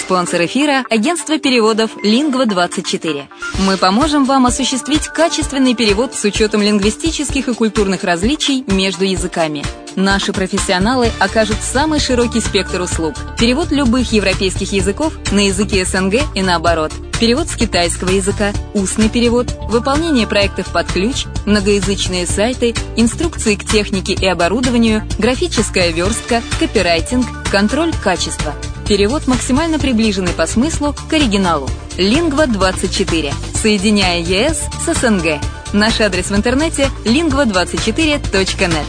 Спонсор эфира – агентство переводов Lingva24. Мы поможем вам осуществить качественный перевод с учетом лингвистических и культурных различий между языками. Наши профессионалы окажут самый широкий спектр услуг. Перевод любых европейских языков на языки СНГ и наоборот. Перевод с китайского языка, устный перевод, выполнение проектов под ключ, многоязычные сайты, инструкции к технике и оборудованию, графическая верстка, копирайтинг, контроль качества. Перевод максимально приближенный по смыслу к оригиналу. Lingva24. Соединяя ЕС с СНГ. Наш адрес в интернете lingva24.net.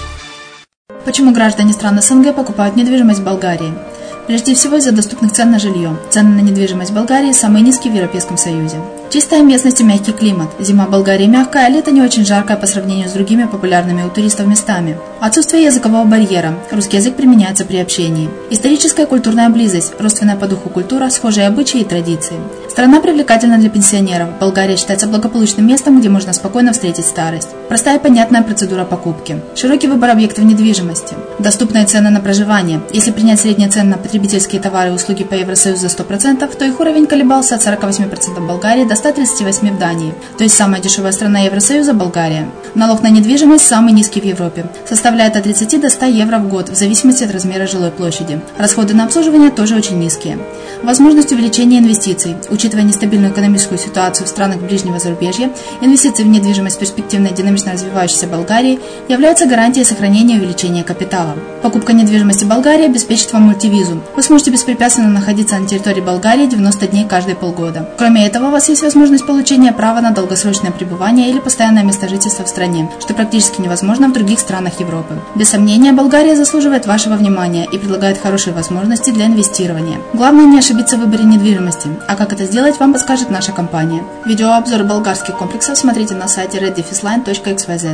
Почему граждане стран СНГ покупают недвижимость в Болгарии? Прежде всего из-за доступных цен на жилье. Цены на недвижимость в Болгарии самые низкие в Европейском Союзе. Чистая местность и мягкий климат. Зима в Болгарии мягкая, а лето не очень жаркое по сравнению с другими популярными у туристов местами. Отсутствие языкового барьера. Русский язык применяется при общении. Историческая и культурная близость. Родственная по духу культура, схожие обычаи и традиции. Страна привлекательна для пенсионеров. Болгария считается благополучным местом, где можно спокойно встретить старость. Простая и понятная процедура покупки. Широкий выбор объектов недвижимости. Доступные цены на проживание. Если принять средние цены на потребительские товары и услуги по Евросоюзу за 100%, то их уровень колебался от 48% в Болгарии до 138% в Дании. То есть самая дешевая страна Евросоюза – Болгария. Налог на недвижимость самый низкий в Европе. Составляет от 30 до 100 евро в год, в зависимости от размера жилой площади. Расходы на обслуживание тоже очень низкие. Возможность увеличения инвестиций. Учитывая нестабильную экономическую ситуацию в странах ближнего зарубежья, инвестиции в недвижимость в перспективной динамично развивающейся Болгарии являются гарантией сохранения и увеличения капитала. Покупка недвижимости в Болгарии обеспечит вам мультивизу. Вы сможете беспрепятственно находиться на территории Болгарии 90 дней каждые полгода. Кроме этого, у вас есть возможность получения права на долгосрочное пребывание или постоянное место жительства в стране, что практически невозможно в других странах Европы. Без сомнения, Болгария заслуживает вашего внимания и предлагает хорошие возможности для инвестирования. Главное не ошибиться в выборе недвижимости, а как это сделать, вам подскажет наша компания. Видеообзор болгарских комплексов смотрите на сайте reddefisline.xyz.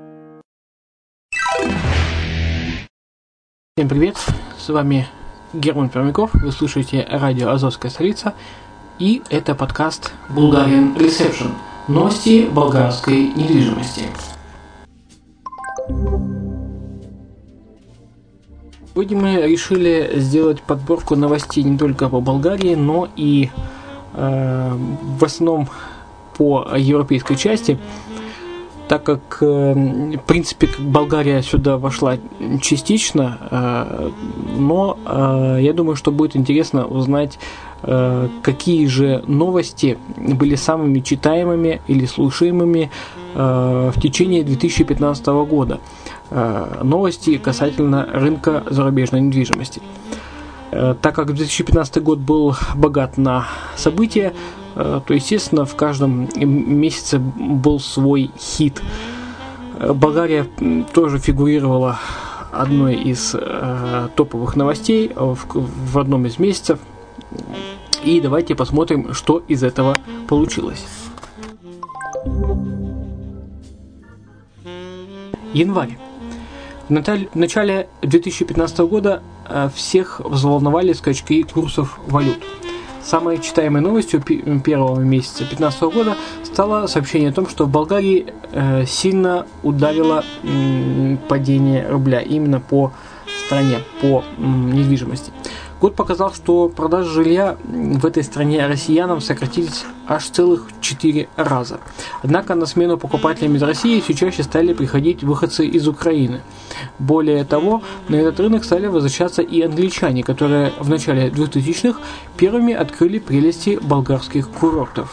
Всем привет, с вами Герман Пермяков, вы слушаете радио «Азовская столица», и это подкаст Bulgarian Reception. Новости болгарской недвижимости. Сегодня мы решили сделать подборку новостей не только по Болгарии, но и в основном по европейской части, так как, в принципе, Болгария сюда вошла частично, но я думаю, что будет интересно узнать, какие же новости были самыми читаемыми или слушаемыми в течение 2015 года. Новости касательно рынка зарубежной недвижимости. Так как 2015 год был богат на события, то, естественно, в каждом месяце был свой хит. Болгария тоже фигурировала одной из топовых новостей в одном из месяцев. И давайте посмотрим, что из этого получилось. Январь. В начале 2015 года всех взволновали скачки курсов валют. Самой читаемой новостью первого месяца 2015 года стало сообщение о том, что в Болгарии сильно ударило падение рубля именно по стране, по недвижимости. Год показал, что продажи жилья в этой стране россиянам сократились аж целых 4 раза. Однако на смену покупателям из России все чаще стали приходить выходцы из Украины. Более того, на этот рынок стали возвращаться и англичане, которые в начале 2000-х первыми открыли прелести болгарских курортов.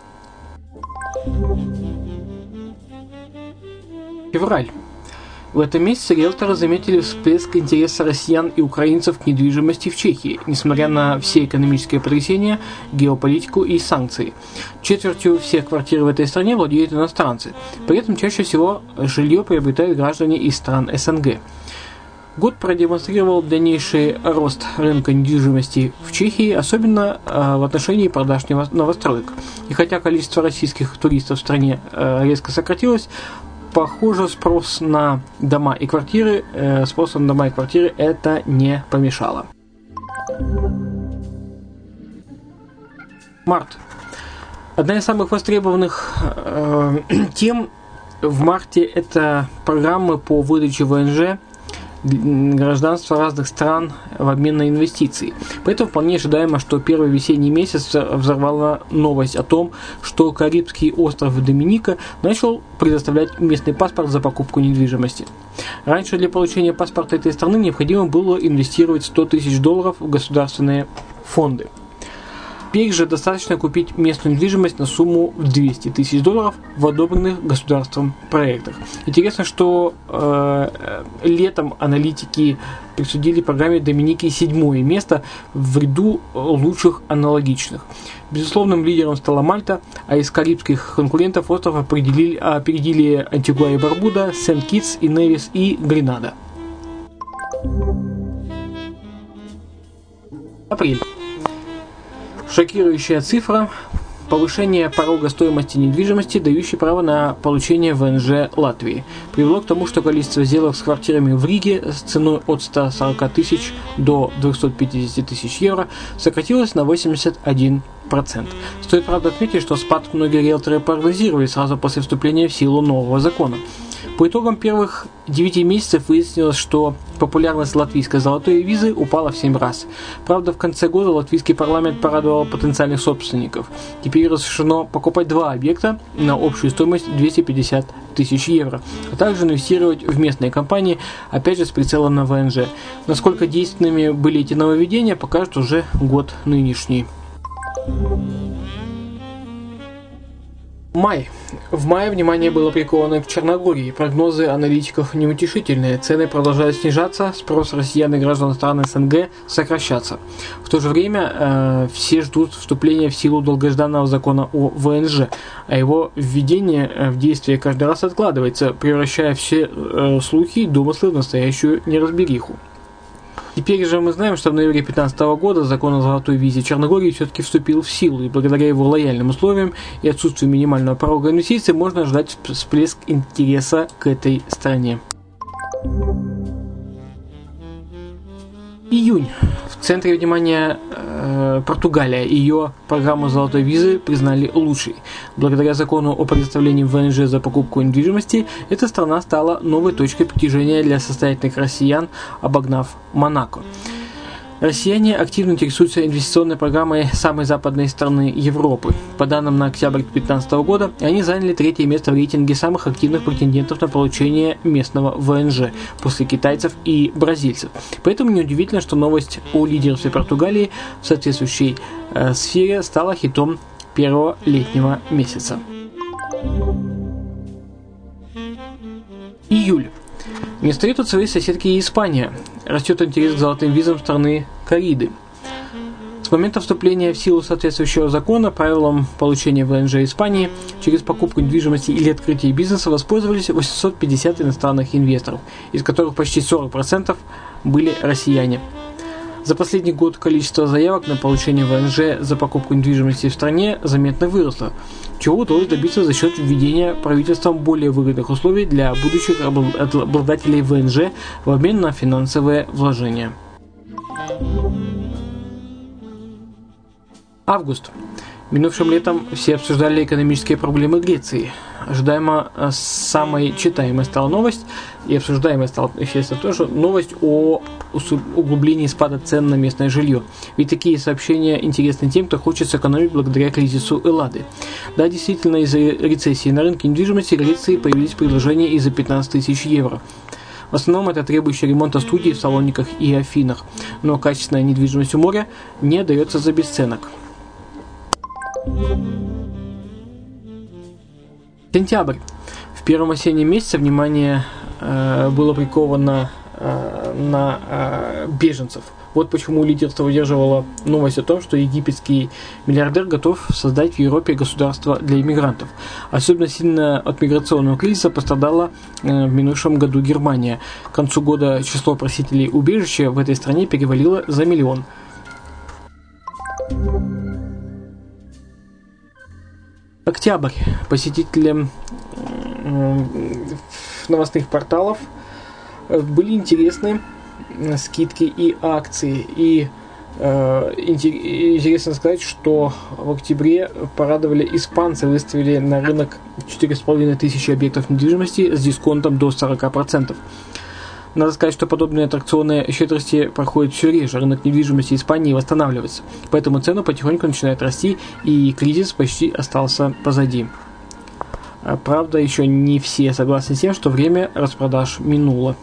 Февраль. В этом месяце риэлторы заметили всплеск интереса россиян и украинцев к недвижимости в Чехии, несмотря на все экономические потрясения, геополитику и санкции. Четвертью всех квартир в этой стране владеют иностранцы. При этом чаще всего жилье приобретают граждане из стран СНГ. Год продемонстрировал дальнейший рост рынка недвижимости в Чехии, особенно в отношении продаж новостроек. И хотя количество российских туристов в стране резко сократилось, похоже, спросом на дома и квартиры это не помешало. Март. Одна из самых востребованных тем в марте – это программы по выдаче ВНЖ гражданства разных стран в обмен на инвестиции. Поэтому вполне ожидаемо, что первый весенний месяц взорвала новость о том, что Карибский остров Доминика начал предоставлять местный паспорт за покупку недвижимости. Раньше для получения паспорта этой страны необходимо было инвестировать $100 тысяч в государственные фонды. Теперь же достаточно купить местную недвижимость на сумму $200 тысяч в одобренных государством проектах. Интересно, что летом аналитики присудили программе Доминики 7-е место в ряду лучших аналогичных. Безусловным лидером стала Мальта, а из карибских конкурентов остров опередили Антигуа и Барбуда, Сент-Китс и Невис и Гренада. Апрель. Шокирующая цифра – повышение порога стоимости недвижимости, дающей право на получение ВНЖ Латвии, привело к тому, что количество сделок с квартирами в Риге с ценой от 140 тысяч до 250 тысяч евро сократилось на 81%. Стоит, правда, отметить, что спад многие риэлторы прогнозировали сразу после вступления в силу нового закона. По итогам первых 9 месяцев выяснилось, что популярность латвийской золотой визы упала в 7 раз. Правда, в конце года латвийский парламент порадовал потенциальных собственников. Теперь разрешено покупать 2 объекта на общую стоимость 250 тысяч евро, а также инвестировать в местные компании, опять же с прицелом на ВНЖ. Насколько действенными были эти нововведения, покажет уже год нынешний. Май. В мае внимание было приковано к Черногории. Прогнозы аналитиков неутешительные. Цены продолжают снижаться, спрос россиян и граждан стран СНГ сокращаться. В то же время все ждут вступления в силу долгожданного закона о ВНЖ, а его введение в действие каждый раз откладывается, превращая все слухи и домыслы в настоящую неразбериху. Теперь же мы знаем, что в ноябре 2015 года закон о золотой визе Черногории все-таки вступил в силу, и благодаря его лояльным условиям и отсутствию минимального порога инвестиций можно ожидать всплеск интереса к этой стране. Июнь. В центре внимания Португалия. Ее программу золотой визы признали лучшей. Благодаря закону о предоставлении ВНЖ за покупку недвижимости, эта страна стала новой точкой притяжения для состоятельных россиян, обогнав Монако. Россияне активно интересуются инвестиционной программой самой западной страны Европы. По данным на октябрь 2015 года, они заняли 3-е место в рейтинге самых активных претендентов на получение местного ВНЖ после китайцев и бразильцев. Поэтому неудивительно, что новость о лидерстве Португалии в соответствующей сфере стала хитом первого летнего месяца. Июль. Не отстает от своей соседки и Испания. Растет интерес к золотым визам страны Карибы. С момента вступления в силу соответствующего закона правилам получения ВНЖ Испании через покупку недвижимости или открытие бизнеса воспользовались 850 иностранных инвесторов, из которых почти 40% были россияне. За последний год количество заявок на получение ВНЖ за покупку недвижимости в стране заметно выросло, чего удалось добиться за счет введения правительством более выгодных условий для будущих обладателей ВНЖ в обмен на финансовые вложения. Август. Минувшим летом все обсуждали экономические проблемы Греции. Ожидаемо самой читаемой стала новость, и обсуждаемой стала, естественно, тоже новость о углублении спада цен на местное жилье. Ведь такие сообщения интересны тем, кто хочет сэкономить благодаря кризису Эллады. Да, действительно, из-за рецессии на рынке недвижимости Греции появились предложения и за 15 тысяч евро. В основном это требующие ремонта студий в Салониках и Афинах, но качественная недвижимость у моря не отдается за бесценок. Сентябрь. В первом осеннем месяце внимание было приковано на беженцев. Вот почему лидерство удерживала новость о том, что египетский миллиардер готов создать в Европе государство для иммигрантов. Особенно сильно от миграционного кризиса пострадала в минувшем году Германия. К концу года число просителей убежища в этой стране перевалило за 1 миллион. Октябрь. Посетителям новостных порталов были интересны скидки и акции. И интересно сказать, что в октябре порадовали испанцы, выставили на рынок 4500 объектов недвижимости с дисконтом до 40%. Надо сказать, что подобные аттракционы щедрости проходят все реже. Рынок недвижимости Испании восстанавливается. Поэтому цены потихоньку начинают расти, и кризис почти остался позади. Правда, еще не все согласны с тем, что время распродаж минуло.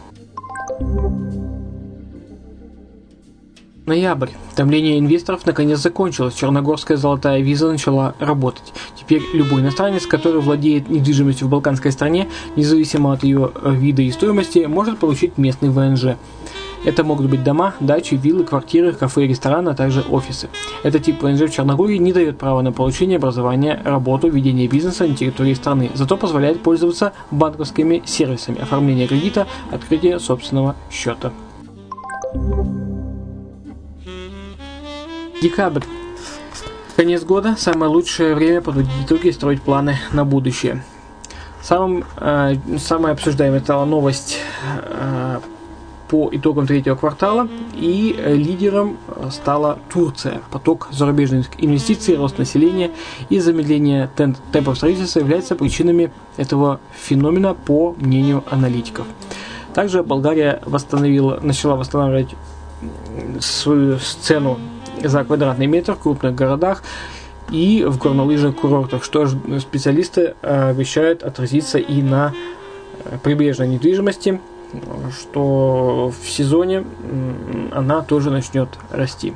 Ноябрь. Томление инвесторов наконец закончилось. Черногорская золотая виза начала работать. Теперь любой иностранец, который владеет недвижимостью в балканской стране, независимо от ее вида и стоимости, может получить местный ВНЖ. Это могут быть дома, дачи, виллы, квартиры, кафе, рестораны, а также офисы. Этот тип ВНЖ в Черногории не дает права на получение образования, работу, ведение бизнеса на территории страны, зато позволяет пользоваться банковскими сервисами, оформление кредита, открытие собственного счета. Декабрь. Конец года – самое лучшее время подводить итоги и строить планы на будущее. Самой обсуждаемой стала новость по итогам третьего квартала, и лидером стала Турция. Поток зарубежных инвестиций, рост населения и замедление темпов строительства являются причинами этого феномена, по мнению аналитиков. Также Болгария начала восстанавливать свою цену за квадратный метр в крупных городах и в горнолыжных курортах, что специалисты обещают отразиться и на прибрежной недвижимости, что в сезоне она тоже начнет расти.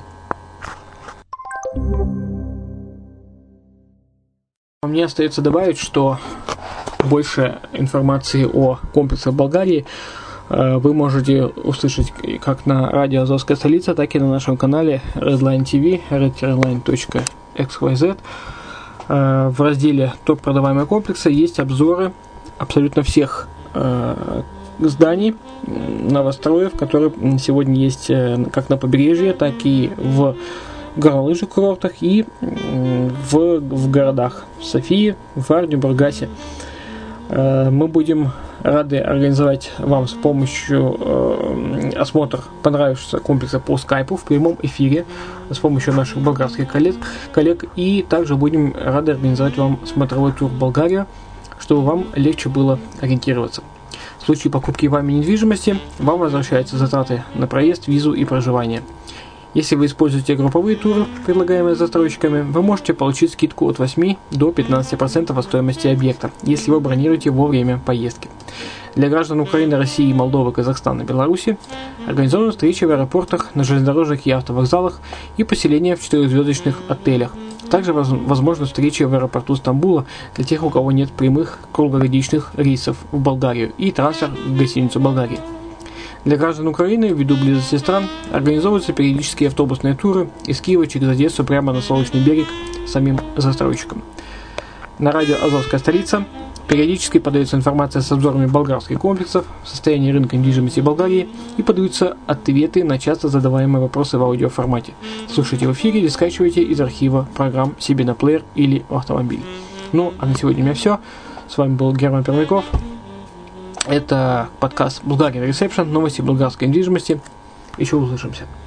Мне остается добавить, что больше информации о комплексах Болгарии вы можете услышать как на радио «Азовская столица», так и на нашем канале Redline TV, redline.xyz. В разделе «Топ продаваемые комплексы» есть обзоры абсолютно всех зданий, новостроев, которые сегодня есть как на побережье, так и в горнолыжных курортах и в городах Софии, Варне, Бургасе. Мы будем рады организовать вам с помощью осмотра понравившегося комплекса по скайпу в прямом эфире с помощью наших болгарских коллег, и также будем рады организовать вам смотровой тур в Болгарию, чтобы вам легче было ориентироваться. В случае покупки вами недвижимости вам возвращаются затраты на проезд, визу и проживание. Если вы используете групповые туры, предлагаемые застройщиками, вы можете получить скидку от 8 до 15% от стоимости объекта, если вы бронируете во время поездки. Для граждан Украины, России, Молдовы, Казахстана и Беларуси организованы встречи в аэропортах, на железнодорожных и автовокзалах и поселения в 4-звездочных отелях. Также возможны встречи в аэропорту Стамбула для тех, у кого нет прямых круглогодичных рейсов в Болгарию, и трансфер в гостиницу Болгарии. Для граждан Украины, ввиду близости стран, организовываются периодические автобусные туры из Киева через Одессу прямо на Солнечный берег самим застройщикам. На радио «Азовская столица» периодически подается информация с обзорами болгарских комплексов, состояния рынка недвижимости Болгарии, и подаются ответы на часто задаваемые вопросы в аудиоформате. Слушайте в эфире или скачивайте из архива программ себе на плеер или в автомобиль. Ну, а на сегодня у меня все. С вами был Герман Пермяков. Это подкаст Bulgarian Reception, новости болгарской недвижимости. Еще услышимся.